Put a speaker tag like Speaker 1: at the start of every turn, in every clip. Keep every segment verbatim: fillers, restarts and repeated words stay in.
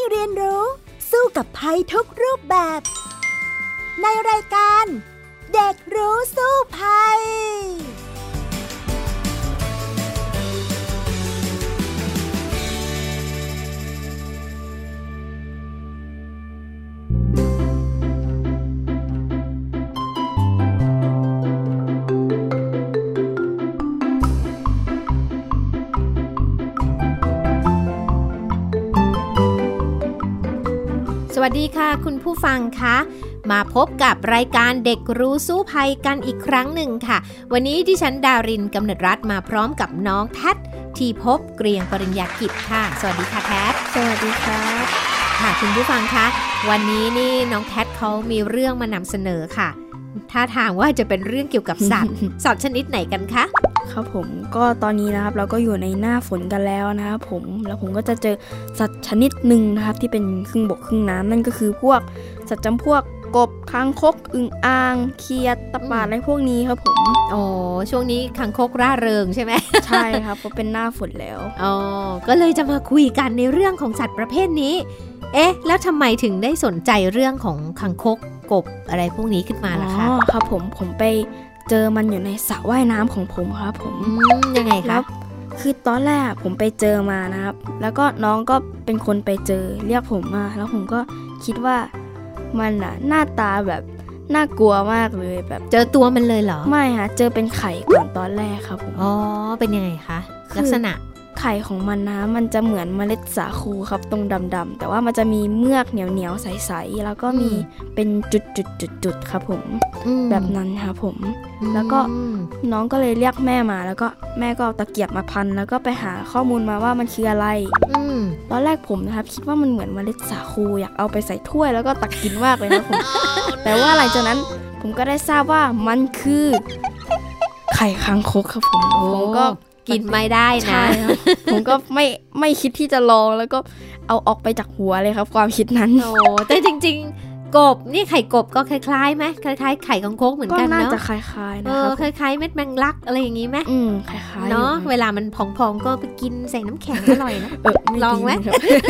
Speaker 1: เรียนรู้สู้กับภัยทุกรูปแบบในรายการเด็กรู้สู้ภัย
Speaker 2: สวัสดีค่ะคุณผู้ฟังคะมาพบกับรายการเด็กรู้สู้ภัยกันอีกครั้งหนึ่งค่ะวันนี้ดิฉันดารินกำเนิดรัตน์มาพร้อมกับน้องแทดทีพบเกรียงปริญญากิจค่ะสวัสดีค่ะแทด
Speaker 3: สวัสดีครับ
Speaker 2: ค่ะคุณผู้ฟังคะวันนี้นี่น้องแทดเขามีเรื่องมานำเสนอค่ะถ้าทางว่าจะเป็นเรื่องเกี่ยวกับสัตว์ สัตว์ชนิดไหนกันคะ
Speaker 3: ครับผมก็ตอนนี้นะครับเราก็อยู่ในหน้าฝนกันแล้วนะครับผมแล้วผมก็จะเจอสัตว์ชนิดหนึ่งนะครับที่เป็นครึ่งบกครึ่งน้ำนั่นก็คือพวกสัตว์จำพวกกบคางคกอึ่งอ่างเขียดตะปาดอะไรพวกนี้ครับผม
Speaker 2: อ๋อช่วงนี้คางคกร่าเริงใช่ไหม
Speaker 3: ใช่ครับเพราะเป็นหน้าฝนแล้ว
Speaker 2: อ๋อก็เลยจะมาคุยกันในเรื่องของสัตว์ประเภทนี้เอ๊ะแล้วทำไมถึงได้สนใจเรื่องของคางคกกบอะไรพวกนี้ขึ้นมาล่ะคะ
Speaker 3: อ๋อครับผมผมไปเจอมันอยู่ในสระว่ายน้ำของผมครับผม
Speaker 2: ยังไงครับ
Speaker 3: คือตอนแรกผมไปเจอมานะครับแล้วก็น้องก็เป็นคนไปเจอเรียกผมมาแล้วผมก็คิดว่ามันน่ะหน้าตาแบบน่ากลัวมากเลยแบบ
Speaker 2: เจอตัวมันเลยเหรอ
Speaker 3: ไม่ค่ะเจอเป็นไข่ก่อนตอนแรกครับผม
Speaker 2: อ๋อเป็นยังไงคะลักษณะ
Speaker 3: ไข่ของมันนะมันจะเหมือนเมล็ดสาคูครับตรงดำๆแต่ว่ามันจะมีเมือกเหนียวๆใสๆแล้วก็มีเป็นจุดๆๆๆครับผมแบบนั้นครับผมแล้วก็น้องก็เลยเรียกแม่มาแล้วก็แม่ก็เอาตะเกียบมาพันแล้วก็ไปหาข้อมูลมาว่ามันคืออะไรตอนแรกผมนะครับคิดว่ามันเหมือนเมล็ดสาคูอยากเอาไปใส่ถ้วยแล้วก็ตักกินมากเลยนะผม แต่ว่าหลังจากนั้นผมก็ได้ทราบว่ามันคือไข่คางคกครับผมผมก็
Speaker 2: กินไม่ได้นะ
Speaker 3: ผมก็ไม่ไม่คิดที่จะลองแล้วก็เอาออกไปจากหัวเลยครับความคิดนั้น
Speaker 2: โอ้แต่จริงๆกบนี่ไข่กบก็คล้ายๆไหมคล้ายๆไข่คางคกเหมือนกันเนาะ
Speaker 3: ก็น่าจะคล้ายๆนะครับ
Speaker 2: เออคล้ายๆเม็ดแมงลักอะไรอย่างงี้ไหม
Speaker 3: อืมคล้ายๆ
Speaker 2: เนาะเวลามันพองๆก็ไปกินใส่น้ำแข็งอร่อยนะลองไหม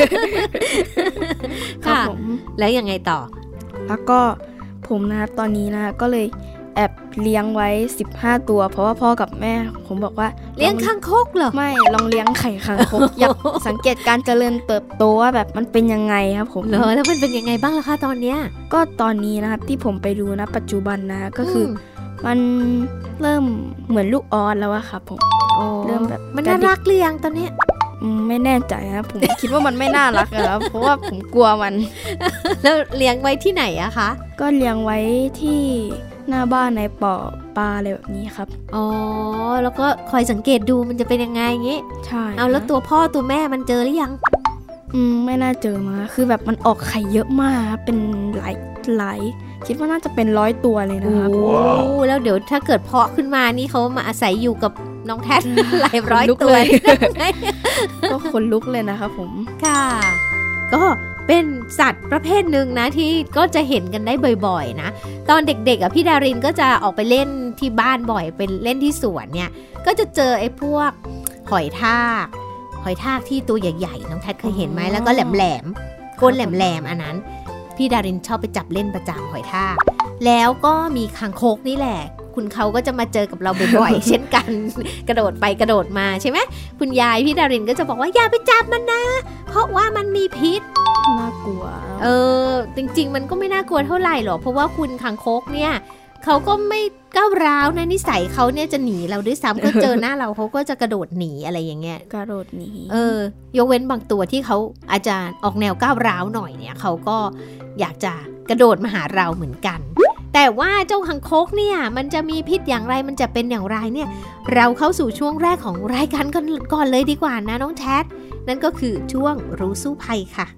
Speaker 2: ค่ะแล้วยังไงต่อ
Speaker 3: แล้วก็ผมนะครับตอนนี้นะก็เลยแอบเลี้ยงไว้สิบห้าตัวเพราะว่าพ่อกับแม่ผมบอกว่า
Speaker 2: เลี้ยงคางคกเหรอ
Speaker 3: ไม่ลองเลี้ยงไข่คางคก อยากสังเกตการเจริญเติบโตว่าแบบมันเป็นยังไงครับผม
Speaker 2: เหรอแล้วมันเป็นยังไงบ้างล่ะคะตอนเนี้ย
Speaker 3: ก็ตอนนี้นะครับที่ผมไปดูนะปัจจุบันนะก็คือมันเริ่มเหมือนลูกออสแล้วอะครับผม
Speaker 2: เริ่มแบบมันน่ารักหรือยังตอนนี้
Speaker 3: ไม่แน่ใจนะผมคิดว่ามันไม่น่ารักครับเพราะว่าผมกลัวมัน
Speaker 2: แล้วเลี้ยงไว้ที่ไหนอะคะ
Speaker 3: ก็เลี้ยงไว้ที่หน้าบ้านในป่อปลาอะไรแบบนี้ครับ
Speaker 2: อ๋อแล้วก็คอยสังเกตดูมันจะเป็นยังไงอย่างงี้
Speaker 3: ใช่
Speaker 2: เอาแล้วตัวพ่อตัวแม่มันเจอหรือยัง
Speaker 3: อืมไม่น่าเจอมาคือแบบมันออกไข่เยอะมากเป็นหลายหลายคิดว่าน่าจะเป็นร้อยตัวเลยนะครับ
Speaker 2: โอ้แล้วเดี๋ยวถ้าเกิดเพาะขึ้นมานี่เขามาอาศัยอยู่กับน้องแทดหลายร้อยตัวเลย
Speaker 3: ก็ขนลุกเลยนะครับผม
Speaker 2: ค่ะก็เป็นสัตว์ประเภทหนึ่งนะที่ก็จะเห็นกันได้บ่อยๆนะตอนเด็กๆอ่ะพี่ดารินก็จะออกไปเล่นที่บ้านบ่อยไปเล่นที่สวนเนี่ยก็จะเจอไอ้พวกหอยทากหอยทากที่ตัวใหญ่ๆน้องแทดเคยเห็นไหมแล้วก็แหลมๆก้นแหลมๆอันนั้นพี่ดารินชอบไปจับเล่นประจำหอยทากแล้วก็มีคางคกนี่แหละคุณเขาก็จะมาเจอกับเราบ่อยๆ เช่นกันกระโดดไปกระโดดมาใช่ไหมคุณยายพี่ดารินก็จะบอกว่าอย่าไปจับมันนะเพราะว่ามันมีพิษ
Speaker 3: น่ากลัว
Speaker 2: เออจริงๆมันก็ไม่น่ากลัวเท่าไหร่หรอกเพราะว่าคุณคางคกเนี่ยเขาก็ไม่ก้าวร้าวนะนิสัยเขาเนี่ยจะหนีเราด้วยซ้ำก็เจอหน้าเราเขาก็จะกระโดดหนีอะไรอย่างเงี้ย
Speaker 3: กระโดดหนี
Speaker 2: เออยกเว้นบางตัวที่เขาอาจจะออกแนวก้าวร้าวหน่อยเนี่ยเขาก็อยากจะกระโดดมาหาเราเหมือนกันแต่ว่าเจ้าคางคกเนี่ยมันจะมีพิษอย่างไรมันจะเป็นอย่างไรเนี่ยเราเข้าสู่ช่วงแรกของรายการกันก่อนเลยดีกว่านะน้องแทดนั่นก็คือช่วงรู้สู้ภัยค่ะ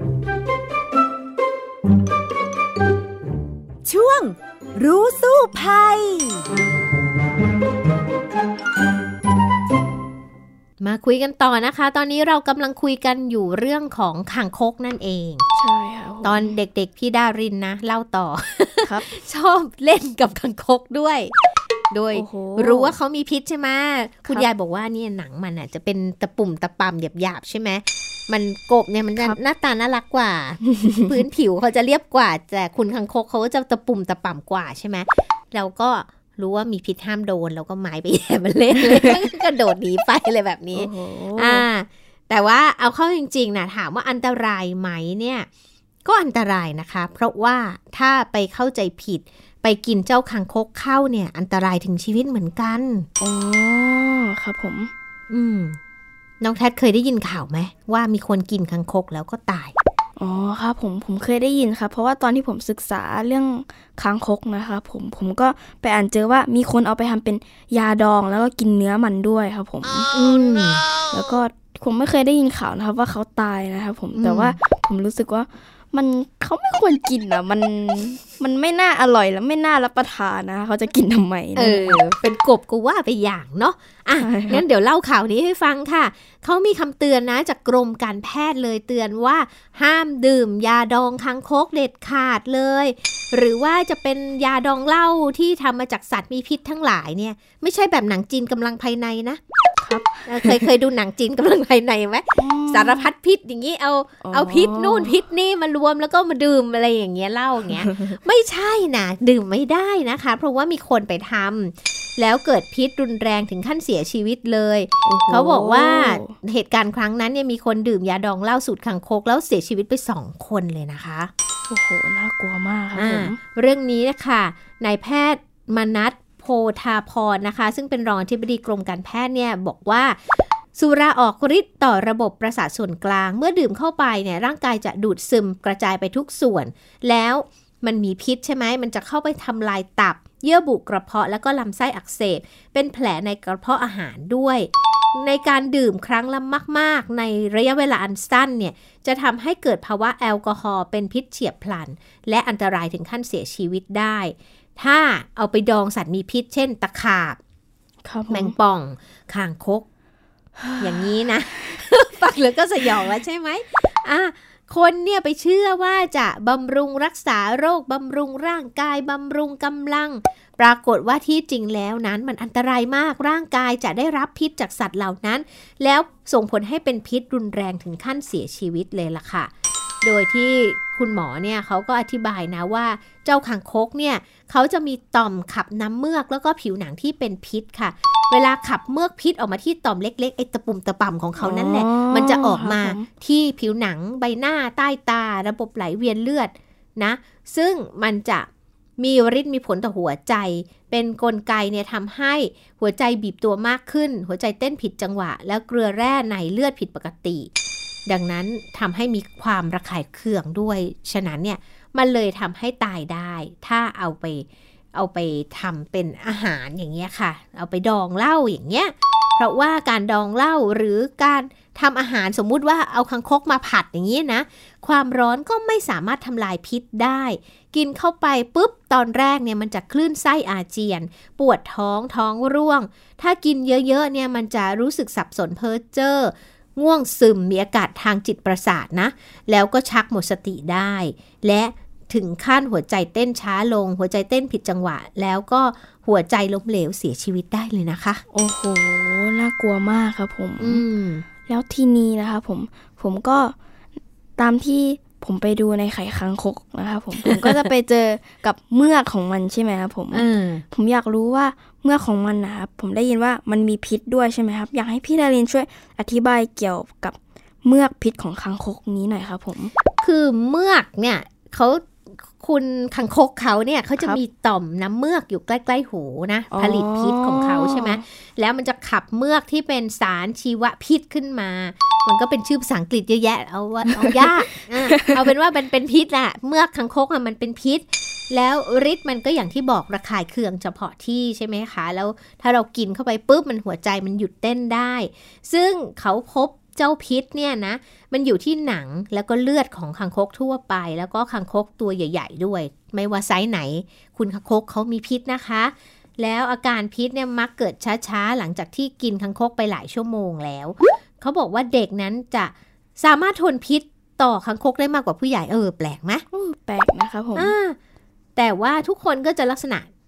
Speaker 1: ช่วงรู้สู้ภัย
Speaker 2: มาคุยกันต่อนะคะตอนนี้เรากำลังคุยกันอยู่เรื่องของคางคกนั่นเอง
Speaker 3: ใช่ค่ะ
Speaker 2: ตอนเด็กๆพี่ดารินนะเล่าต่อครับ ชอบเล่นกับคางคกด้วยโดยรู้ว่าเขามีพิษใช่ไหมคุณยายบอกว่านี่หนังมันอ่ะจะเป็นตะปุ่มตะปำหยาบๆใช่ไหมมันกบเนี่ยมันจะหน้าตาน่ารักกว่า พื้นผิวเขาจะเรียบกว่าแต่คุณคังคกเขาจะตะปุ่มตะป่ำกว่าใช่ไหมเราก็รู้ว่ามีพิษห้ามโดนเราก็ไม้ไปแย่มันเล่นเลยกระโดดหนีไปเลยแบบนี้อ่าแต่ว่าเอาเข้าจริงๆนะถามว่าอันตรายไหมเนี่ยก็อันตรายนะคะเพราะว่าถ้าไปเข้าใจผิดไปกินเจ้าคังคกเข้าเนี่ยอันตรายถึงชีวิตเหมือนกัน
Speaker 3: อ๋อครับผม
Speaker 2: อืมน้องแทดเคยได้ยินข่าวไหมว่ามีคนกินคังคกแล้วก็ตาย
Speaker 3: อ๋อครับผมผมเคยได้ยินครับเพราะว่าตอนที่ผมศึกษาเรื่องคังคกนะคะผมผมก็ไปอ่านเจอว่ามีคนเอาไปทำเป็นยาดองแล้วก็กินเนื้อมันด้วยครับผม
Speaker 2: อืม
Speaker 3: แล้วก็ผมไม่เคยได้ยินข่าวนะครับว่าเขาตายนะครับผมแต่ว่าผมรู้สึกว่ามันเขาไม่ควรกินอ่ะมันมันไม่น่าอร่อยแล้วไม่น่ารับประทานนะเขาจะกินทำไม
Speaker 2: เออเป็นกบก็ว่าไปอย่างเนาะอ่ะงั้นเดี๋ยวเล่าข่าวนี้ให้ฟังค่ะเขามีคำเตือนนะจากกรมการแพทย์เลยเตือนว่าห้ามดื่มยาดองคังคกเด็ดขาดเลยหรือว่าจะเป็นยาดองเหล้าที่ทำมาจากสัตว์มีพิษทั้งหลายเนี่ยไม่ใช่แบบหนังจีนกำลังภายในนะครับเคยเคยดูหนังจีนกำลังภายในไหมสารพัดพิษอย่างนี้เอาเอาพิษนู่นพิษนี่มารวมแล้วก็มาดื่มอะไรอย่างเงี้ยเหล้าอย่างเงี้ยไม่ใช่นะดื่มไม่ได้นะคะเพราะว่ามีคนไปทำแล้วเกิดพิษรุนแรงถึงขั้นเสียชีวิตเลยเขาบอกว่าเหตุการณ์ครั้งนั้นเนี่ยมีคนดื่มยาดองเหล้าสูตรคังคกแล้วเสียชีวิตไปสองคนเลยนะคะ
Speaker 3: โอ้โหน่ากลัวมากค่ะผม
Speaker 2: เรื่องนี้นะคะนายแพทย์มนัสโพธาพรนะคะซึ่งเป็นรองอธิบดีกรมการแพทย์เนี่ยบอกว่าสุราออกฤทธิ์ต่อระบบประสาทส่วนกลางเมื่อดื่มเข้าไปเนี่ยร่างกายจะดูดซึมกระจายไปทุกส่วนแล้วมันมีพิษใช่ไหมมันจะเข้าไปทำลายตับเยื่อบุกระเพาะแล้วก็ลำไส้อักเสบเป็นแผลในกระเพาะอาหารด้วยในการดื่มครั้งละมากๆในระยะเวลาอันสั้นเนี่ยจะทำให้เกิดภาวะแอลกอฮอล์เป็นพิษเฉียบพลันและอันตรายถึงขั้นเสียชีวิตได้ถ้าเอาไปดองสัตว์มีพิษเช่นตะขาบแมงป่องคางคก อย่างนี้นะ ฟังแล้วก็สยองแล้วใช่ไหมอ่ะคนเนี่ยไปเชื่อว่าจะบำรุงรักษาโรคบำรุงร่างกายบำรุงกำลังปรากฏว่าที่จริงแล้วนั้นมันอันตรายมากร่างกายจะได้รับพิษจากสัตว์เหล่านั้นแล้วส่งผลให้เป็นพิษรุนแรงถึงขั้นเสียชีวิตเลยล่ะค่ะโดยที่คุณหมอเนี่ยเขาก็อธิบายนะว่าเจ้าคางคกเนี่ยเขาจะมีต่อมขับน้ำเมือกแล้วก็ผิวหนังที่เป็นพิษค่ะเวลาขับเมือกพิษออกมาที่ต่อมเล็กๆไอ้ตะปุ่มตะป่ำของเขานั่นแหละมันจะออกมาที่ผิวหนังใบหน้าใต้ตาระบบไหลเวียนเลือดนะซึ่งมันจะมีฤทธิ์มีผลต่อหัวใจเป็นกลไกเนี่ยทำให้หัวใจบีบตัวมากขึ้นหัวใจเต้นผิดจังหวะแล้วเกลือแร่ในเลือดผิดปกติดังนั้นทำให้มีความระคายเคืองด้วยฉะนั้นเนี่ยมันเลยทำให้ตายได้ถ้าเอาไปเอาไปทำเป็นอาหารอย่างเงี้ยค่ะเอาไปดองเหล้าอย่างเงี้ยเพราะว่าการดองเหล้าหรือการทำอาหารสมมุติว่าเอาคังคกมาผัดอย่างนี้นะความร้อนก็ไม่สามารถทำลายพิษได้กินเข้าไปปุ๊บตอนแรกเนี่ยมันจะคลื่นไส้อาเจียนปวดท้องท้องร่วงถ้ากินเยอะๆเนี่ยมันจะรู้สึกสับสนเพ้อเจ้อง่วงซึมมีอาการทางจิตประสาทนะแล้วก็ชักหมดสติได้และถึงขั้นหัวใจเต้นช้าลงหัวใจเต้นผิดจังหวะแล้วก็หัวใจล้มเหลวเสียชีวิตได้เลยนะคะ
Speaker 3: โอ้โหน่ากลัวมากครับผมแล้วทีนี้นะคะผมผมก็ตามที่ผมไปดูในไข่คางคกนะคะผมผมก็จะไปเจอกับเมือกของมันใช่ไหมครับผมผมอยากรู้ว่าเมือกของมันนะครับผมได้ยินว่ามันมีพิษด้วยใช่ไหมครับอยากให้พี่ดารินช่วยอธิบายเกี่ยวกับเมือกพิษของคางคกนี้หน่อยครับผม
Speaker 2: คือเมือกเนี่ยเขาคุณคังคกเขาเนี่ยเขาจะมีต่อมน้ำเมือกอยู่ใกล้ๆหูนะผลิตพิษของเขาใช่ไหมแล้วมันจะขับเมือกที่เป็นสารชีวพิษขึ้นมามันก็เป็นชื่อภาษาอังกฤษเยอะแยะเอาว่าเอายากเอาเป็นว่ามันเป็นพิษอะเมือกคังคกอะมันเป็นพิษแล้วฤทธิ์มันก็อย่างที่บอกระคายเคืองเฉพาะที่ใช่ไหมคะแล้วถ้าเรากินเข้าไปปุ๊บมันหัวใจมันหยุดเต้นได้ซึ่งเขาพบเจ้าพิษเนี่ยนะมันอยู่ที่หนังแล้วก็เลือดของคางคกทั่วไปแล้วก็คางคกตัวใหญ่ๆด้วยไม่ว่าไซส์ไหนคุณคางคกเขามีพิษนะคะแล้วอาการพิษเนี่ยมักเกิดช้าๆหลังจากที่กินคางคกไปหลายชั่วโมงแล้วเขาบอกว่าเด็กนั้นจะสามารถทนพิษต่อคางคกได้มากกว่าผู้ใหญ่เออแปลกไหม
Speaker 3: แปลกนะคะผม
Speaker 2: แต่ว่าทุกคนก็จะลักษณะ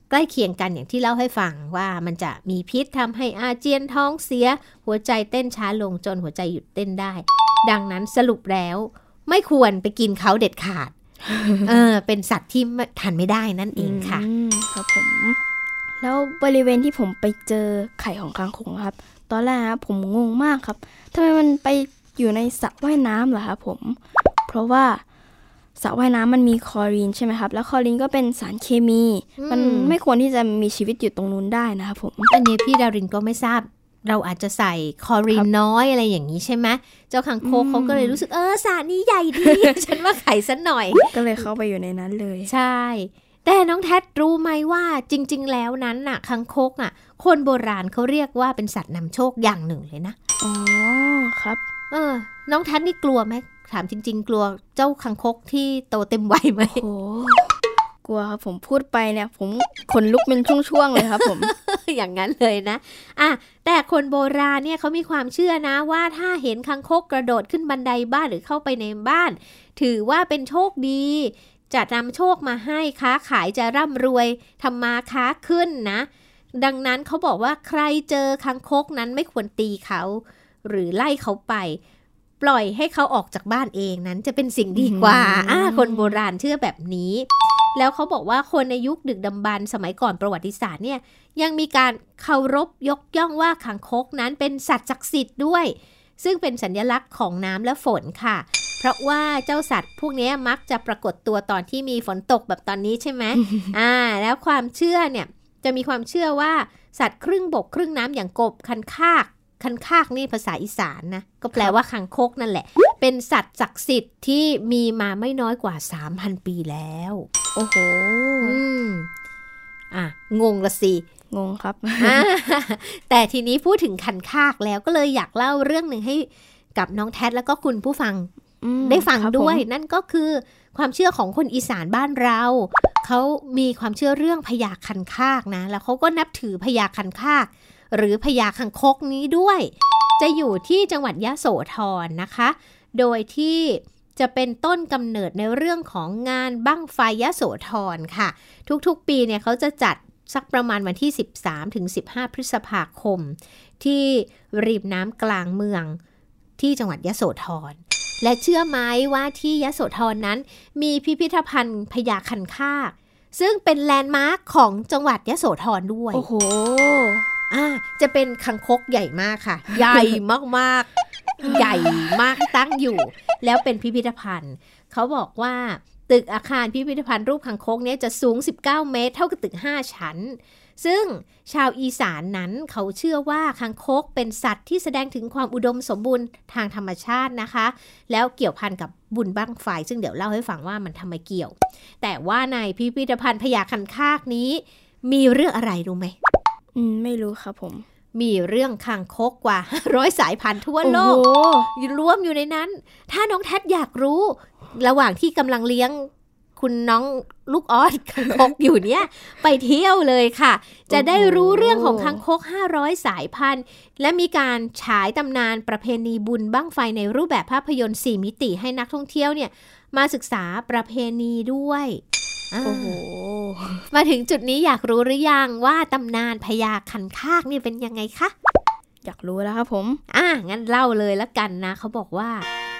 Speaker 2: ใกล้เคียงกันอย่างที่เล่าให้ฟังว่ามันจะมีพิษทำให้อาเจียนท้องเสียหัวใจเต้นช้าลงจนหัวใจหยุดเต้นได้ดังนั้นสรุปแล้วไม่ควรไปกินเขาเด็ดขาด เออเป็นสัตว์ที่ทานไม่ได้นั่นเองค่ะ
Speaker 3: ครับผมแล้วบริเวณที่ผมไปเจอไข่ของคางคกครับตอนแรกผมงงมากครับทำไมมันไปอยู่ในสระว่ายน้ำเหรอครับผมเพราะว่าสระว่ายน้ำมันมีคลอรีนใช่ไหมครับแล้วคลอรีนก็เป็นสารเคมีมันไม่ควรที่จะมีชีวิตอยู่ตรงนู้นได้นะครับผม
Speaker 2: อันนี้พี่ดารินก็ไม่ทราบเราอาจจะใส่คลอรีนน้อยอะไรอย่างนี้ใช่ไหมเจ้าคางคกเขาก็เลยรู้สึกเออสระนี้ใหญ่ดี ฉันว่าไข่ซะหน่อย
Speaker 3: ก็เลยเข้าไปอยู่ในนั้นเลย
Speaker 2: ใช่แต่น้องแท็ดรู้ไหมว่าจริงๆแล้วนั้นน่ะคางคกอ่ะคนโบราณเขาเรียกว่าเป็นสัตว์นำโชคอย่างหนึ่งเลยนะ
Speaker 3: อ๋อครับ
Speaker 2: เออน้องแท็ดนี่กลัวไหมถามจริงๆกลัวเจ้าคางคกที่โตเต็มวัยไหม
Speaker 3: โอ้กลัวครับผมพูดไปเนี่ยผมขนลุกเป็นช่วงๆเลยครับผม
Speaker 2: อย่างนั้นเลยนะอ่ะแต่คนโบราณเนี่ยเขามีความเชื่อนะว่าถ้าเห็นคางคกกระโดดขึ้นบันไดบ้านหรือเข้าไปในบ้านถือว่าเป็นโชคดีจะนำโชคมาให้ค้าขายจะร่ำรวยทำมาค้าขึ้นนะดังนั้นเขาบอกว่าใครเจอคางคกนั้นไม่ควรตีเขาหรือไล่เขาไปปล่อยให้เขาออกจากบ้านเองนั้นจะเป็นสิ่งดีกว่าอ่าคนโบราณเชื่อแบบนี้แล้วเขาบอกว่าคนในยุคดึกดำบรรพ์สมัยก่อนประวัติศาสตร์เนี่ยยังมีการเคารพยกย่องว่าคางคกนั้นเป็นสัตว์ศักดิ์สิทธิ์ด้วยซึ่งเป็นสัญลักษณ์ของน้ำและฝนค่ะเพราะว่าเจ้าสัตว์พวกนี้มักจะปรากฏตัวตอนที่มีฝนตกแบบตอนนี้ใช่ไหม อ่าแล้วความเชื่อเนี่ยจะมีความเชื่อว่าสัตว์ครึ่งบกครึ่งน้ำอย่างกบคันคากคันคากนี่ภาษาอีสานนะก็แปลว่าคางคกนั่นแหละเป็นสัตว์ศักดิ์สิทธิ์ที่มีมาไม่น้อยกว่า สามพัน ปีแล้ว
Speaker 3: โอ้โห
Speaker 2: อืมอ่ะงงละสิ
Speaker 3: งงครับ
Speaker 2: แต่ทีนี้พูดถึงคันคากแล้วก็เลยอยากเล่าเรื่องหนึ่งให้กับน้องแท็ดแล้วก็คุณผู้ฟังได้ฟังด้วยนั่นก็คือความเชื่อของคนอีสานบ้านเราเขามีความเชื่อเรื่องพญาคันคากนะแล้วเขาก็นับถือพญาคันคากหรือพญาคังคกนี้ด้วยจะอยู่ที่จังหวัดยโสธรนะคะโดยที่จะเป็นต้นกำเนิดในเรื่องของงานบั้งไฟยโสธรค่ะทุกๆปีเนี่ยเขาจะจัดสักประมาณวันที่สิบสามถึงสิบห้าพฤษภาคมที่ริมน้ำกลางเมืองที่จังหวัดยโสธรและเชื่อไหมว่าที่ยโสธรนั้นมีพิพิธภัณฑ์พญาคันคากซึ่งเป็นแลนด์มาร์คของจังหวัดยโสธรด้วย
Speaker 3: โอ้โห
Speaker 2: อ่าจะเป็นคังคกใหญ่มากค่ะ ใหญ่มากๆ ใหญ่มากตั้งอยู่แล้วเป็นพิพิธภัณฑ์เขาบอกว่าตึกอาคารพิพิธภัณฑ์รูปคังคกเนี่ยจะสูงสิบเก้าเมตรเท่ากับตึกห้าชั้นซึ่งชาวอีสานนั้นเขาเชื่อว่าคังคกเป็นสัตว์ที่แสดงถึงความอุดมสมบูรณ์ทางธรรมชาตินะคะแล้วเกี่ยวพันกับบุญบั้งไฟซึ่งเดี๋ยวเล่าให้ฟังว่ามันทำไมเกี่ยวแต่ว่าในพิพิธภัณฑ์พญาคันคากนี้มีเรื่องอะไรรู้ไหม
Speaker 3: อืมไม่รู้ครับผม
Speaker 2: มีเรื่องคางคกกว่าห้าร้อยสายพันธุ์ทั่วโลกรวมอยู่ในนั้นถ้าน้องแท็ดอยากรู้ระหว่างที่กำลังเลี้ยงคุณน้องลูกออสคางคกอยู่เนี่ยไปเที่ยวเลยค่ะจะได้รู้เรื่องของคางคกห้าร้อยสายพันธุ์และมีการฉายตำนานประเพณีบุญบั้งไฟในรูปแบบภาพยนตร์สี่มิติให้นักท่องเที่ยวเนี่ยมาศึกษาประเพณีด้วย
Speaker 3: โอ้โห
Speaker 2: มาถึงจุดนี้อยากรู้หรือยังว่าตำนานพญาคันคากนี่เป็นยังไงคะ
Speaker 3: อยากรู้แล้วครับผม
Speaker 2: อ่ะงั้นเล่าเลยละกันนะเขาบอกว่า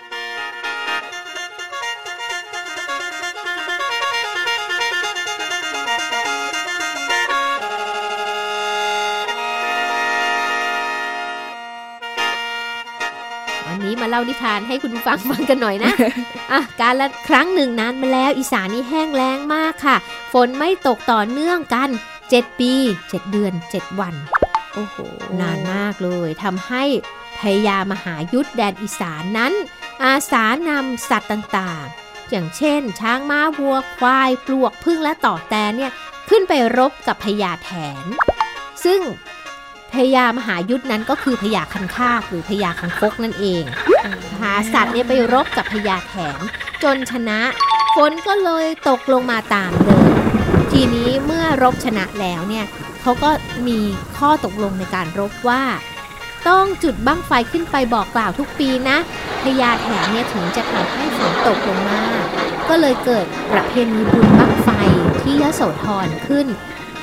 Speaker 2: นี้มาเล่านิทานให้คุณฟังฟังกันหน่อยนะ อ่ะการละครั้งหนึ่งนานมาแล้วอีสานนี่แห้งแล้งมากค่ะฝนไม่ตกต่อเนื่องกันเจ็ดปีเจ็ดเดือนเจ็ดวันโอ้โหนานมากเลยทำให้พญามหายุทธแดนอีสานนั้นอาสานำสัตว์ต่างๆอย่างเช่นช้างม้าวัวควายปลวกผึ้งและต่อแตนเนี่ยขึ้นไปรบกับพญาแถนซึ่งพญามหายุทธนั้นก็คือพญาคันคากหรือพญาคังคกนั่นเองหาสัตว์เนี่ยไปรบกับพญาแถนจนชนะฝนก็เลยตกลงมาตามเดิมทีนี้เมื่อรบชนะแล้วเนี่ยเขาก็มีข้อตกลงในการรบว่าต้องจุดบั้งไฟขึ้นไปบอกกล่าวทุกปีนะพญาแถนเนี่ยถึงจะทำให้ฝนตกลงมาก็เลยเกิดประเพณีบุญบั้งไฟที่ยโสธรขึ้น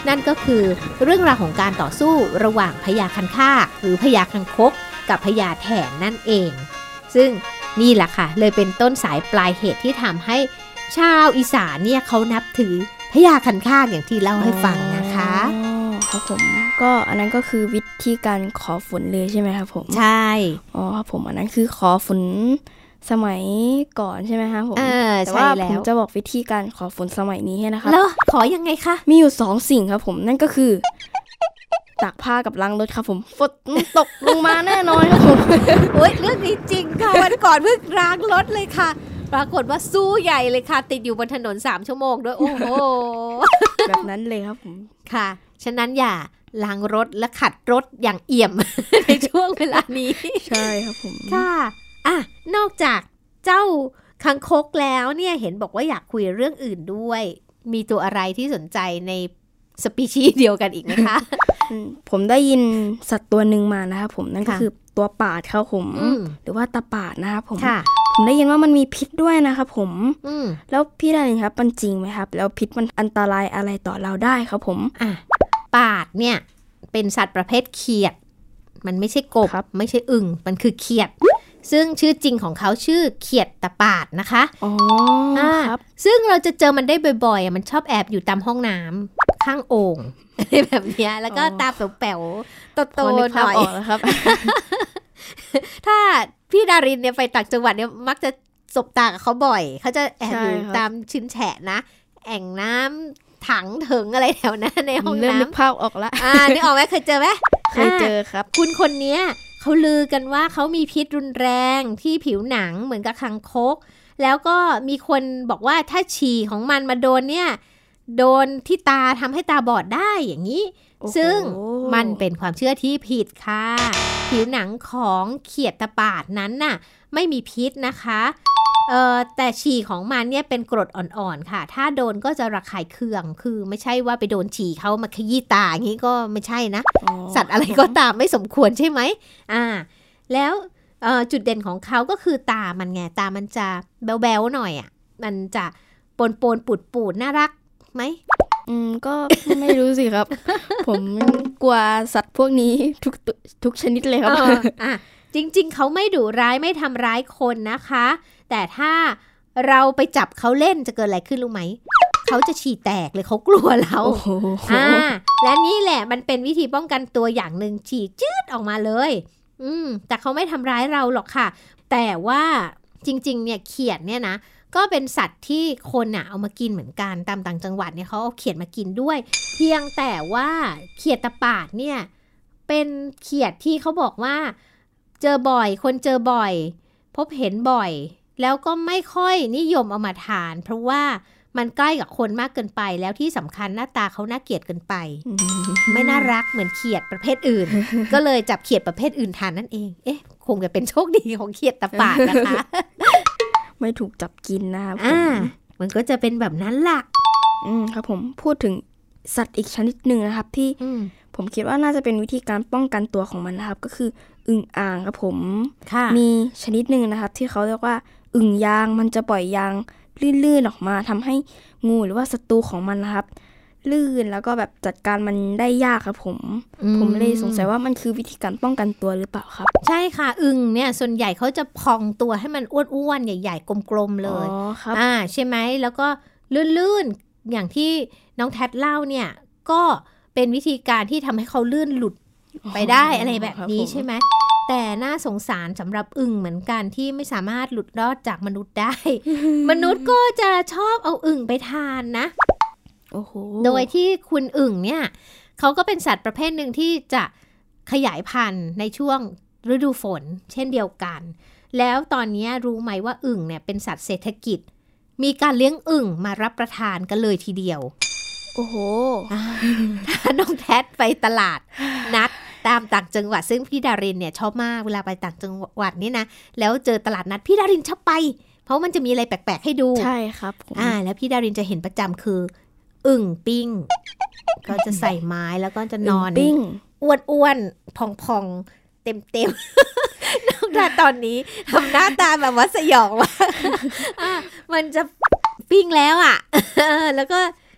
Speaker 2: นั่นก็คือเรื่องราวของการต่อสู้ระหว่างพญาคันคากหรือพญาคังคกกับพญาแถนนั่นเองซึ่งนี่แหละค่ะเลยเป็นต้นสายปลายเหตุที่ทำให้ชาวอีสานเนี่ยเขานับถือพญาคันคากอย่างที่เล่าให้ฟังนะคะ
Speaker 3: อ๋อครับผมก็อันนั้นก็คือวิธีการขอฝนเลยใช่ไหมครับผม
Speaker 2: ใช่
Speaker 3: อ๋อครับผมอันนั้นคือขอฝนสมัยก่อนใช่ไหมคะผม
Speaker 2: แต่ว่า
Speaker 3: ผมจะบอกวิธีการขอฝนสมัยนี้ให้นะคะ
Speaker 2: แล้วขอยังไงคะ
Speaker 3: มีอยู่สองสิ่งครับผมนั่นก็คือตากผ้ากับล้างรถครับผมฝนตกลงมาแน่นอนครับผม
Speaker 2: โอ๊ยเรื่องนี้จริงค่ะวันก่อนเพิ่งล้างรถเลยค่ะปรากฏว่าสู้ใหญ่เลยค่ะติดอยู่บนถนนสามชั่วโมงด้วยโอ้โห
Speaker 3: แบบนั้นเลยครับผม
Speaker 2: ค่ะฉะนั้นอย่าล้างรถและขัดรถอย่างเอี่ยมในช่วงเวลานี้
Speaker 3: ใช่ครับผม
Speaker 2: ค่ะอ่ะนอกจากเจ้าคังคกแล้วเนี่ยเห็นบอกว่าอยากคุยเรื่องอื่นด้วยมีตัวอะไรที่สนใจในสปีชีส์เดียวกันอีกไหมคะ
Speaker 3: ผมได้ยินสัตว์ตัวหนึ่งมานะครับผมนั่นก็คือตัวปาดครับผมหรือว่าตาปาดนะครับผมผมได้ยินว่ามันมีพิษด้วยนะครับผมแล้วพี่ดารินครับมันจริงไหมครับแล้วพิษมันอันตรายอะไรต่อเราได้ครับผม
Speaker 2: อ่ะปาดเนี่ยเป็นสัตว์ประเภทเขียดมันไม่ใช่กบไม่ใช่อึ่งมันคือเขียดซึ่งชื่อจริงของเขาชื่อเขียดตาปาดนะคะ
Speaker 3: อ๋อครับ
Speaker 2: ซึ่งเราจะเจอมันได้บ่อยๆมันชอบแอบอยู่ตามห้องน้ำข้างโอ่งแบบนี้แล้วก็ตาแป๋วๆโตๆหน่อย
Speaker 3: ครับ
Speaker 2: ถ้าพี่ดารินเนี่ยไปต่างจังหวัดเนี่ยมักจะสบตากับเขาบ่อยเขาจะแอบอยู่ตามชื้นแฉะนะแอ่งน้ำถังถึงอะไรแถวนั้นในห้องน้ำ
Speaker 3: เริ่มนึกภาพออกละ
Speaker 2: อ่านึกออกไหมเคยเจอไหม
Speaker 3: เคยเจอครับ
Speaker 2: คุณคนนี้เขาลือกันว่าเขามีพิษรุนแรงที่ผิวหนังเหมือนกับคังคกแล้วก็มีคนบอกว่าถ้าฉี่ของมันมาโดนเนี่ยโดนที่ตาทำให้ตาบอดได้อย่างนี้ซึ่งมันเป็นความเชื่อที่ผิดค่ะผิวหนังของเขียดตาปาดนั้นน่ะไม่มีพิษนะคะเอ่อแต่ฉี่ของมันเนี่ยเป็นกรดอ่อนๆค่ะถ้าโดนก็จะระคายเคืองคือไม่ใช่ว่าไปโดนฉี่เขามาขยี้ตาอย่างนี้ก็ไม่ใช่นะสัตว์อะไรก็ตามไม่สมควรใช่ไหมอ่าแล้วจุดเด่นของเขาก็คือตามันไงตามันจะแบ๊วๆหน่อยอ่ะมันจะปนๆปูดๆน่ารักไหม
Speaker 3: อืมก็ไม่รู้สิครับ ผมกลัวสัตว์พวกนี้ทุกทุกชนิดเลยครับ
Speaker 2: อ่ะจริงๆเขาไม่ดุร้ายไม่ทำร้ายคนนะคะแต่ถ้าเราไปจับเขาเล่นจะเกิดอะไรขึ้นรู้ไหมเขาจะฉี่แตกเลยเขากลัวเราอ่าและนี่แหละมันเป็นวิธีป้องกันตัวอย่างหนึ่งฉี่จืดออกมาเลยอืมแต่เขาไม่ทำร้ายเราหรอกค่ะแต่ว่าจริงๆเนี่ยเขียดเนี่ยนะก็เป็นสัตว์ที่คนน่ะเอามากินเหมือนกันตามต่างจังหวัดเนี่ยเขาเอาเขียดมากินด้วยเพียงแต่ว่าเขียดตาปาดเนี่ยเป็นเขียดที่เขาบอกว่าเจอบ่อยคนเจอบ่อยพบเห็นบ่อยแล้วก็ไม่ค่อยนิยมเอามาทานเพราะว่ามันใกล้กับคนมากเกินไปแล้วที่สำคัญหน้าตาเขาน่าเกลียดเกินไป ไม่น่ารักเหมือนเขียดประเภทอื่น ก็เลยจับเขียดประเภทอื่นทานนั่นเองเอ๊ะคงจะเป็นโชคดีของเขียดตาปาดนะคะ
Speaker 3: ไม่ถูกจับกินนะครับ
Speaker 2: อ่ามันก็จะเป็นแบบนั้นล่ะ
Speaker 3: อืมครับผมพูดถึงสัตว์อีกชนิดหนึ่งนะครับที่ผมคิดว่าน่าจะเป็นวิธีการป้องกันตัวของมันนะครับก็คืออึ่งอ่างครับผมมีชนิดหนึ่งนะครับที่เขาเรียกว่าอึ่งยางมันจะปล่อยยางลื่นๆออกมาทำให้งูหรือว่าศัตรูของมันนะครับลื่นแล้วก็แบบจัดการมันได้ยากครับผมผมเลยสงสัยว่ามันคือวิธีการป้องกันตัวหรือเปล่าครับ
Speaker 2: ใช่ค่ะอึ่งเนี่ยส่วนใหญ่เขาจะพองตัวให้มันอ้วนๆใหญ่ๆกลมๆเลย
Speaker 3: อ๋อครับ
Speaker 2: อ่าใช่ไหมแล้วก็ลื่นๆอย่างที่น้องแทดเล่าเนี่ยก็เป็นวิธีการที่ทำให้เขาลื่นหลุดไปได้อะไรแบบนี้ใช่ไหมแต่น่าสงสารสำหรับอึ่งเหมือนกันที่ไม่สามารถหลุดรอดจากมนุษย์ได้ มนุษย์ก็จะชอบเอาอึ่งไปทานนะ
Speaker 3: โอ้โห
Speaker 2: โดยที่คุณอึ่งเนี่ยเขาก็เป็นสัตว์ประเภทหนึ่งที่จะขยายพันธุ์ในช่วงฤดูฝนเช่นเดียวกันแล้วตอนนี้รู้ไหมว่าอึ่งเนี่ยเป็นสัตว์เศรษฐกิจมีการเลี้ยงอึ่งมารับประทานกันเลยทีเดียว
Speaker 3: โอ้โห
Speaker 2: ถ้าน้องแทดไปตลาดนัดตามต่างจังหวัดซึ่งพี่ดารินเนี่ยชอบมากเวลาไปต่างจังหวัดนี่นะแล้วเจอตลาดนัดพี่ดารินชอบไปเพราะมันจะมีอะไรแปลกๆให้ดู
Speaker 3: ใช่ครับ
Speaker 2: อ่าแล้วพี่ดารินจะเห็นประจำคืออึ่งปิ้งก็จะใส่ไม้แล้วก็จะนอน
Speaker 3: ปิ้ง
Speaker 2: อ้วนๆพองๆเต็มๆน้องดาตอนนี้ทำหน้าตาแบบว่าสยองว่ะมันจะปิ้งแล้วอ่ะแล้วก็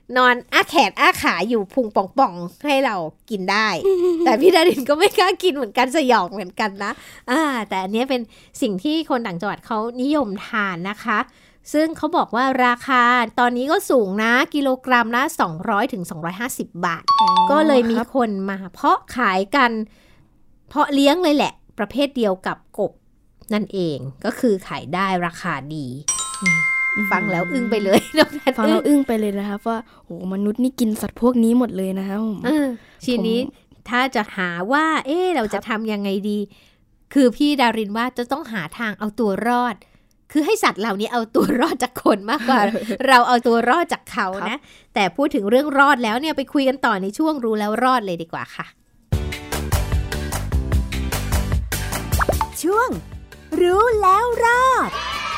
Speaker 2: นอนอ้าแขนอ้าขาอยู่พุงป่องๆให้เรากินได้ แต่พี่ดารินก็ไม่กล้ากินเหมือนกันสยองเหมือนกันนะอ่าแต่อันนี้เป็นสิ่งที่คนต่างจังหวัดเขานิยมทานนะคะซึ่งเขาบอกว่าราคาตอนนี้ก็สูงนะกิโลกรัมละสองร้อยถึงสองร้อยห้าสิบบาทก็เลยมีคนมาเพาะขายกันเพาะเลี้ยงเลยแหละประเภทเดียวกับกบนั่นเองก็คือขายได้ราคาดีฟังแล้วอึ้งไปเลย
Speaker 3: ฟังแล้วอึ้งไปเลยนะคะว่าโอ้มนุษย์นี่กินสัตว์พวกนี้หมดเลยนะคะผม
Speaker 2: ทีนี้ถ้าจะหาว่าเอ๊ะเราจะทำยังไงดีคือพี่ดารินว่าจะต้องหาทางเอาตัวรอดคือให้สัตว์เหล่านี้เอาตัวรอดจากคนมากกว่า เราเอาตัวรอดจากเขานะแต่พูดถึงเรื่องรอดแล้วเนี่ยไปคุยกันต่อในช่วงรู้แล้วรอดเลยดีกว่าค่ะ
Speaker 1: ช่วงรู้แล้วรอด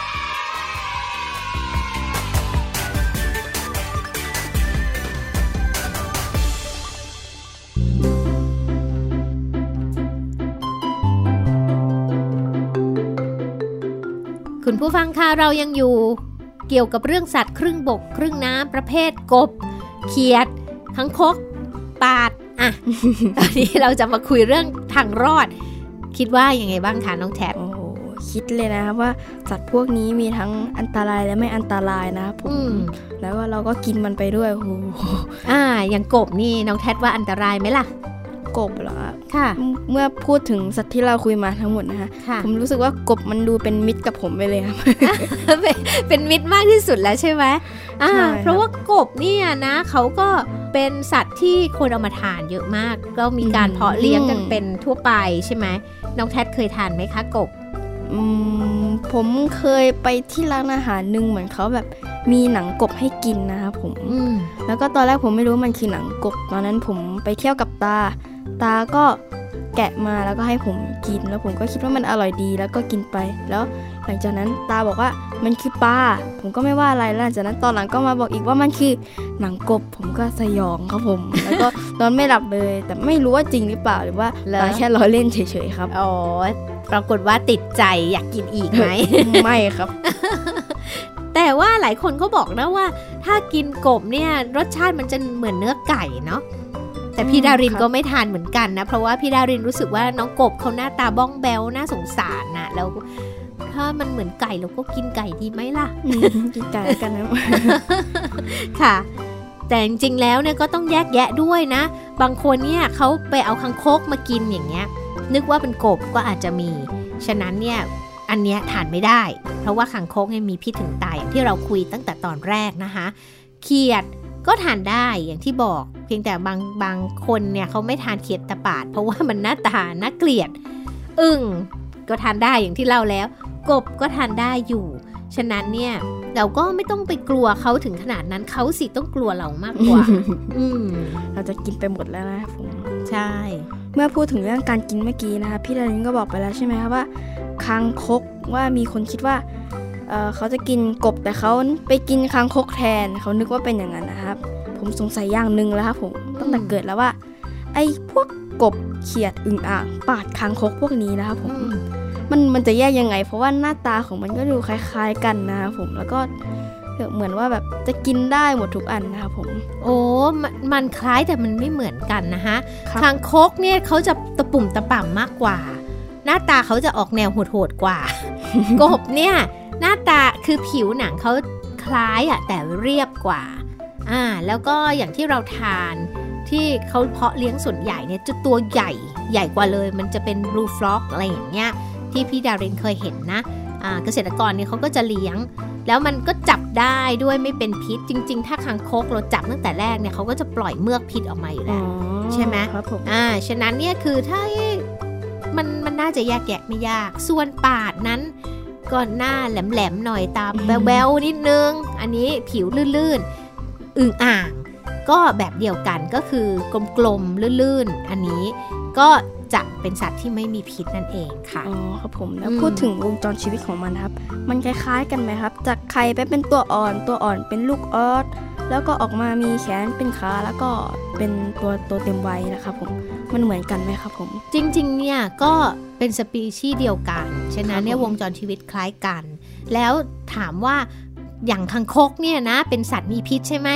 Speaker 2: คุณผู้ฟังค่ะเรายังอยู่เกี่ยวกับเรื่องสัตว์ครึ่งบกครึ่งน้ำประเภทกบเขียดคังคกปาดอ่ะ ตอนนี้เราจะมาคุยเรื่องทางรอดคิดว่ายังไงบ้างคะน้องแท็บ
Speaker 3: โอ้โหคิดเลยนะครับว่าสัตว์พวกนี้มีทั้งอันตรายและไม่อันตรายนะครับผมแล้วก็เราก็กินมันไปด้วยโอ้โห
Speaker 2: อ่าอย่างกบนี่น้องแท็บว่าอันตรายไหมล่ะ
Speaker 3: กบเหรอค่ะเมื่อพูดถึงสัตว์ที่เราคุยมาทั้งหมดนะคะผมรู้สึกว่ากบมันดูเป็นมิตรกับผมไปเลยครับ
Speaker 2: เป็นมิตรมากที่สุดแล้วใช่ไหมอ่าเพราะว่ากบเนี่ยนะเขาก็เป็นสัตว์ที่คนเอามาทานเยอะมากก็มีการเพาะเลี้ยงกันเป็นทั่วไปใช่ไหมน้องแท็ดเคยทานไหมคะกบ
Speaker 3: อืมผมเคยไปที่ร้านอาหารนึงเหมือนเขาแบบมีหนังกบให้กินนะคะผมแล้วก็ตอนแรกผมไม่รู้มันคือหนังกบตอนนั้นผมไปเที่ยวกับตาตาก็แกะมาแล้วก็ให้ผมกินแล้วผมก็คิดว่ามันอร่อยดีแล้วก็กินไปแล้วหลังจากนั้นตาบอกว่ามันคือปลาผมก็ไม่ว่าอะไรแล้วหลังจากนั้นตอนหลังก็มาบอกอีกว่ามันคือหนังกบผมก็สยองครับผมแล้วก็นอนไม่หลับเลยแต่ไม่รู้ว่าจริงหรือเปล่าหรือว่าตาแค่ล้อเล่นเฉยๆครับ
Speaker 2: อ๋อปรากฏว่าติดใจอยากกินอีกไหม
Speaker 3: ไม่ครับ
Speaker 2: แต่ว่าหลายคนเขาบอกนะว่าถ้ากินกบเนี่ยรสชาติมันจะเหมือนเนื้อไก่เนาะแต่พี่ดารินก็ไม่ทานเหมือนกันนะเพราะว่าพี่ดารินรู้สึกว่าน้องกบเขาหน้าตาบ้องแบวน่าสงสารนะแล้วถ้ามันเหมือนไก่เราก็กินไก่ดีไหมล่ะ
Speaker 3: กินไก่กันนะ
Speaker 2: ค่ะแต่จริงๆแล้วเนี่ยก็ต้องแยกแยะด้วยนะบางคนเนี่ยเขาไปเอาคังคกมากินอย่างเงี้ยนึกว่าเป็นกบก็อาจจะมีฉะนั้นเนี่ยอันเนี้ยทานไม่ได้เพราะว่าคังคกเนี่ยมีพิษถึงตายอย่างที่เราคุยตั้งแต่ตอนแรกนะคะเขียดก็ทานได้อย่างที่บอกเพียงแต่บางบางคนเนี่ยเขาไม่ทานเขียดตะปาดเพราะว่ามันหน้าตาน่าเกลียดอึ่งก็ทานได้อย่างที่เล่าแล้วกบก็ทานได้อยู่ฉะนั้นเนี่ยเราก็ไม่ต้องไปกลัวเขาถึงขนาดนั้นเขาสิต้องกลัวเรามากกว่า อืม
Speaker 3: เราจะกินไปหมดแล้วนะผม
Speaker 2: ใช่
Speaker 3: เมื่อพูดถึงเรื่องการกินเมื่อกี้นะคะพี่ดารินก็บอกไปแล้วใช่ไหมคะว่าคางคกว่ามีคนคิดว่า เ, เขาจะกินกบแต่เขาไปกินคางคกแทนเขานึกว่าเป็นอย่างนั้นนะครับผมสงสัยอย่างนึงแล้วครับผมตั้งแต่เกิดแล้วว่าไอ้พวกกบเขียดอึ่งอ่างปาดคางคกพวกนี้นะครับผมมันมันจะแยกยังไงเพราะว่าหน้าตาของมันก็ดูคล้ายๆกันนะครับผมแล้วก็เหมือนว่าแบบจะกินได้หมดทุกอันนะครับผม
Speaker 2: โอ้มันมันคล้ายแต่มันไม่เหมือนกันนะฮะคางคกเนี่ยเขาจะตะปุ่มตะป่ำมากกว่าหน้าตาเขาจะออกแนวโหดๆกว่ากบเนี่ยหน้าตาคือผิวหนังเขาคล้ายอะแต่เรียบกว่าอ่าแล้วก็อย่างที่เราทานที่เขาเพาะเลี้ยงส่วนใหญ่เนี่ยจะตัวใหญ่ใหญ่กว่าเลยมันจะเป็นบลูฟล็อกอะไรอย่างเงี้ยที่พี่ดารินเคยเห็นนะอ่าเกษตรกรเนี่ยเขาก็จะเลี้ยงแล้วมันก็จับได้ด้วยไม่เป็นพิษจริงๆถ้าคางคกเราจับตั้งแต่แรกเนี่ยเขาก็จะปล่อยเมือกพิษออกมาอยู่แล้วใช่ไหม
Speaker 3: ครับผม
Speaker 2: อ่าฉะนั้นเนี่ยคือถ้ามันมันน่าจะแยกแยะไม่ยากส่วนปาดนั้นก็หน้าแหลมๆหน่อยตาแบ๊วๆนิดนึงอันนี้ผิวลื่นๆอึ่งอ่างก็แบบเดียวกันก็คือกลมๆลื่นๆอันนี้ก็จะเป็นสัตว์ที่ไม่มีพิษนั่นเองค่ะ
Speaker 3: อ๋อครับผมแล้วพูดถึงวงจรชีวิตของมันครับมันคล้ายๆกันไหมครับจากไข่ไปเป็นตัวอ่อนตัวอ่อนเป็นลูกออสแล้วก็ออกมามีแขนเป็นขาแล้วก็เป็นตัวตัวเต็มวัยนะครับผมมันเหมือนกันไหมครับผม
Speaker 2: จริงๆเนี่ยก็เป็นสปีชีส์เดียวกันฉะนั้นเนี่ยวงจรชีวิตคล้ายกันแล้วถามว่าอย่างคังคกเนี่ยนะเป็นสัตว์มีพิษใช่ไหม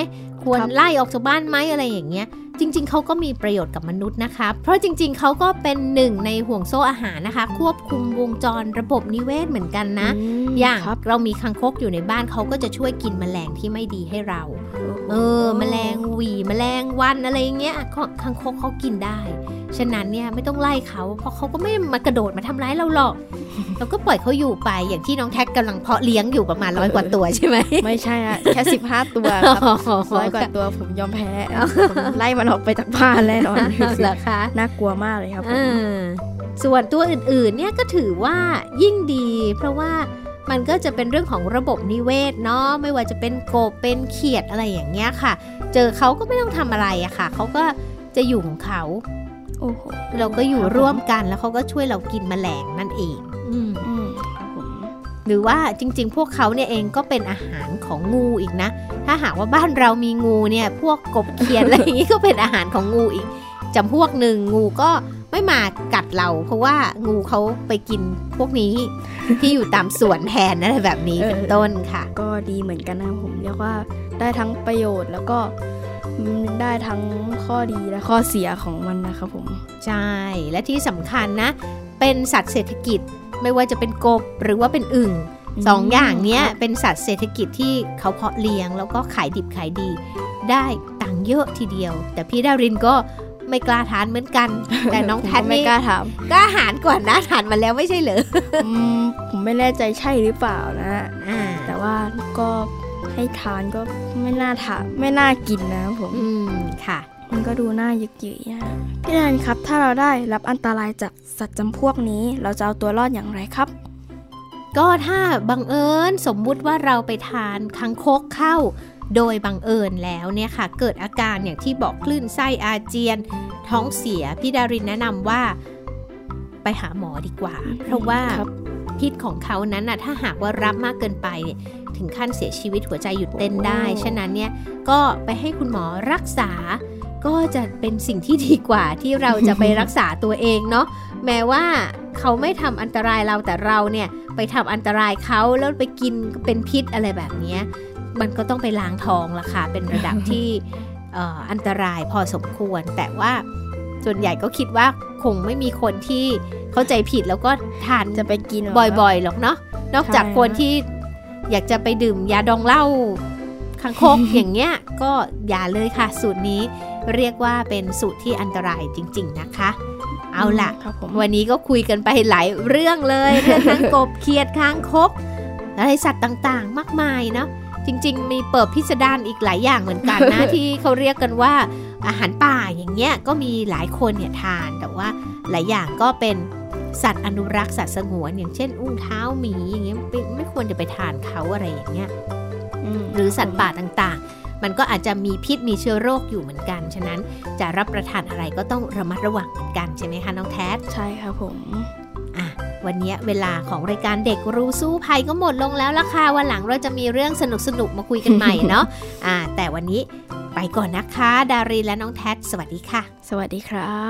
Speaker 2: ควรไล่ออกจากบ้านไหมอะไรอย่างเงี้ยจริงๆเขาก็มีประโยชน์กับมนุษย์นะคะเพราะจริงๆเขาก็เป็นหนึ่งในห่วงโซ่อาหารนะคะควบคุมวงจรระบบนิเวศเหมือนกันนะ อ, อย่างเรามีคางคกอยู่ในบ้านเขาก็จะช่วยกินแมลงที่ไม่ดีให้เราเออแมลงหวีแมลงวันอะไรเงี้ยคางคกเขากินได้ฉะนั้นเนี่ยไม่ต้องไล่เขาเพราะเขาก็ไม่มากระโดดมาทำร้ายเราหรอกเราก็ปล่อยเขาอยู่ไปอย่างที่น้องแท็กกำลังเพาะเลี้ยงอยู่ประมาณร้อยกว่าตัวใช่ไหม
Speaker 3: ไม่ใช่อะแค่สิบห้าตัวครับร้อยกว่าตัวผมยอมแพ้ไล่มันออกไปจากบ้านแน่นอน
Speaker 2: เหรอคะ
Speaker 3: น่ากลัวมากเลยครับ
Speaker 2: ส่วนตัวอื่นๆเนี่ยก็ถือว่ายิ่งดีเพราะว่ามันก็จะเป็นเรื่องของระบบนิเวศเนาะไม่ว่าจะเป็นกบเป็นเขียดอะไรอย่างเงี้ยค่ะเจอเขาก็ไม่ต้องทำอะไรอะค่ะเขาก็จะอยู่ของเขาเราก็อยู่ร่วมกันแล้วเขาก็ช่วยเรากินแมลงนั่นเองอืมหรือว่าจริงๆพวกเขาเนี่ยเองก็เป็นอาหารของงูอีกนะถ้าหากว่าบ้านเรามีงูเนี่ยพวกกบเขียดอะไรอย่างงี้ก็เป็นอาหารของงูอีกจำพวกหนึ่งงูก็ไม่มากัดเราเพราะว่างูเขาไปกินพวกนี้ที่อยู่ตามสวนแทนอะไรแบบนี้เป็นต้นค่ะ
Speaker 3: ก็ดีเหมือนกันนะผมเรียกว่าได้ทั้งประโยชน์แล้วก็ได้ทั้งข้อดีและข้อเสียของมันนะครับผม
Speaker 2: ใช่และที่สำคัญนะเป็นสัตว์เศรษฐกิจไม่ว่าจะเป็นกบหรือว่าเป็นอึ่งสองอย่างนี้เป็นสัตว์เศรษฐกิจที่เขาเพาะเลี้ยงแล้วก็ขายดิบขายดีได้ตังค์เยอะทีเดียวแต่พี่ดารินก็ไม่กล้าทานเหมือนกันแต่น้องแทน
Speaker 3: ไม่กล้าท
Speaker 2: ำกล้าหาญกว่านะทานมาแล้วไม่ใช่เหรอ
Speaker 3: ผมไม่แน่ใจใช่หรือเปล่านะแต่ว่าก็ให้ทานก็ไม่น่าทานไม่น่ากินนะผม
Speaker 2: อืมค่ะ
Speaker 3: มันก็ดูน่ายึกยืยนะพี่ดารินครับถ้าเราได้รับอันตรายจากสัตว์จำพวกนี้เราจะเอาตัวรอดอย่างไรครับ
Speaker 2: ก็ถ้าบังเอิญสมมุติว่าเราไปทานคางคกเข้าโดยบังเอิญแล้วเนี่ยค่ะเกิดอาการอย่างที่บอกคลื่นไส้อาเจียนท้องเสียพี่ดารินแนะนำว่าไปหาหมอดีกว่าเพราะว่าพิษของเขานั้นน่ะถ้าหากว่ารับมากเกินไปถึงขั้นเสียชีวิตหัวใจหยุดเต้นได้ฉะนั้นเนี่ยก็ไปให้คุณหมอรักษาก็จะเป็นสิ่งที่ดีกว่าที่เราจะไปรักษาตัวเองเนาะแม้ว่าเขาไม่ทำอันตรายเราแต่เราเนี่ยไปทำอันตรายเขาแล้วไปกินเป็นพิษอะไรแบบนี้มันก็ต้องไปล้างท้องละค่ะเป็นระดับที่ อันตรายพอสมควรแต่ว่าส่วนใหญ่ก็คิดว่าคงไม่มีคนที่เข้าใจผิดแล้วก็ทาน
Speaker 3: จะไปกิน
Speaker 2: บ่อยๆหรอกเนาะนอกจากคนที่อยากจะไปดื่มยาดองเหล้าคางคก อย่างเงี้ยก็อย่าเลยค่ะสูตรนี้เรียกว่าเป็นสูตรที่อันตรายจริงๆนะคะเอาล่ะวันนี้ก็คุยกันไปหลายเรื่องเลยเรื่องทั้งกบเขียดคางคกอะไรสัตว์ต่างๆมากมายเนาะจริงๆมีเปิดพิสดารอีกหลายอย่างเหมือนกันนะ ที่เขาเรียกกันว่าอาหารป่าอย่างเงี้ยก็มีหลายคนเนี่ยทานแต่ว่าหลายอย่างก็เป็นสัตว์อนุรักษ์สัตว์สงวนอย่างเช่นอุ้งเท้าหมีอย่างเงี้ยไม่ควรจะไปทานเขาอะไรอย่างเงี้ยหรือสัตว์ป่าต่างๆมันก็อาจจะมีพิษมีเชื้อโรคอยู่เหมือนกันฉะนั้นจะรับประทานอะไรก็ต้องระมัดระวังเหมือนกันใช่ไหมคะน้องแทส
Speaker 3: ใช่ครับผม
Speaker 2: อ่ะวันนี้เวลาของรายการเด็กรู้สู้ภัยก็หมดลงแล้วล่ะค่ะวันหลังเราจะมีเรื่องสนุกๆมาคุยกันใหม่เนาะ อ่าแต่วันนี้ไปก่อนนะคะดารินและน้องแทสสวัสดีค่ะ
Speaker 3: สวัสดีครับ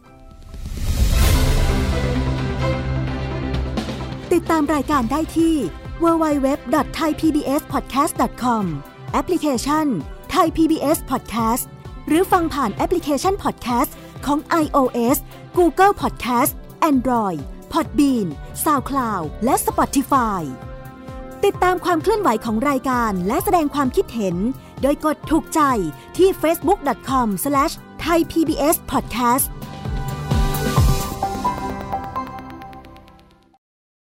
Speaker 1: ติดตามรายการได้ที่ ดับเบิลยู ดับเบิลยู ดับเบิลยู ดอท ไทย พี บี เอส พอดแคสต์ ดอท คอม แอปพลิเคชัน Thai พี บี เอส Podcast หรือฟังผ่านแอปพลิเคชัน Podcast ของ iOS Google Podcast Android Podbean SoundCloud และ Spotify ติดตามความเคลื่อนไหวของรายการและแสดงความคิดเห็นโดยกดถูกใจที่ เฟซบุ๊ก ดอท คอม สแลช ไทย พี บี เอส พอดแคสต์